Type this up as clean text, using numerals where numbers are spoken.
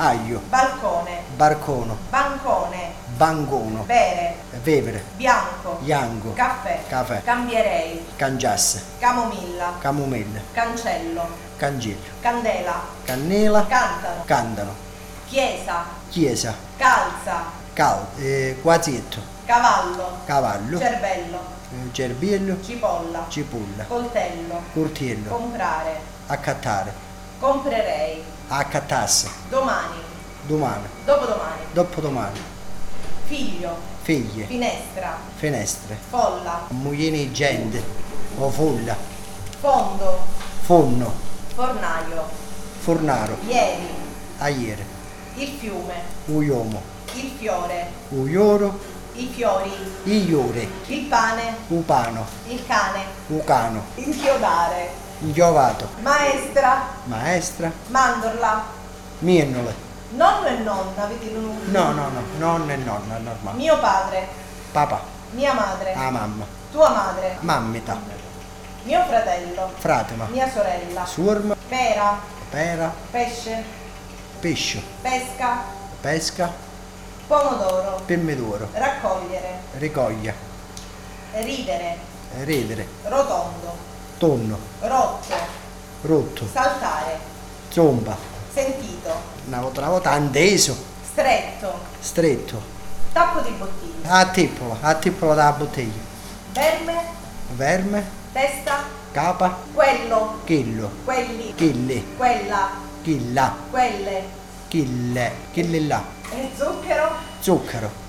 aglio, balcone, barcono, bancone, bancono, bere, bevere, bianco, bianco, caffè, caffè, cambierei, cangiasse, camomilla, camomilla, cancello, cangello, candela, cannella, cantano, cantano, chiesa, chiesa, calza, quasietto, cavallo, cavallo, cervello, cerbiello, cipolla, cipolla, coltello, curtiello, comprare, accattare, comprerei, accattasse, domani, domani, dopodomani, dopodomani, figlio, figlie, finestra, finestre, folla, mogliene gente, o folla, fondo, forno, fornaio, fornaro, ieri, aiere, il fiume, uomo, il fiore, uioro, i fiori, iore, il pane, upano, il cane, ucano, inchiodare, ingiovato, maestra, maestra, mandorla, miennole. nonno e nonna, avete un... No, nonno e nonna, normale. Mio padre, Papà, mia madre, la mamma, tua madre, mammita, mio fratello, fratema, mia sorella, suorma, pera, pera, pesce, pesce, pesca, pesca, pomodoro, pomodoro, raccogliere, ricoglia, ridere, redere, rotondo, tonno, rotto, rotto, saltare, zomba, sentito, una volta anteso, stretto, stretto, tappo di bottiglia, a tippola dalla bottiglia, verme, verme, testa, capa, quello, chillo, quelli, chille, quella, chilla, quelle, chille là, e zucchero, zucchero,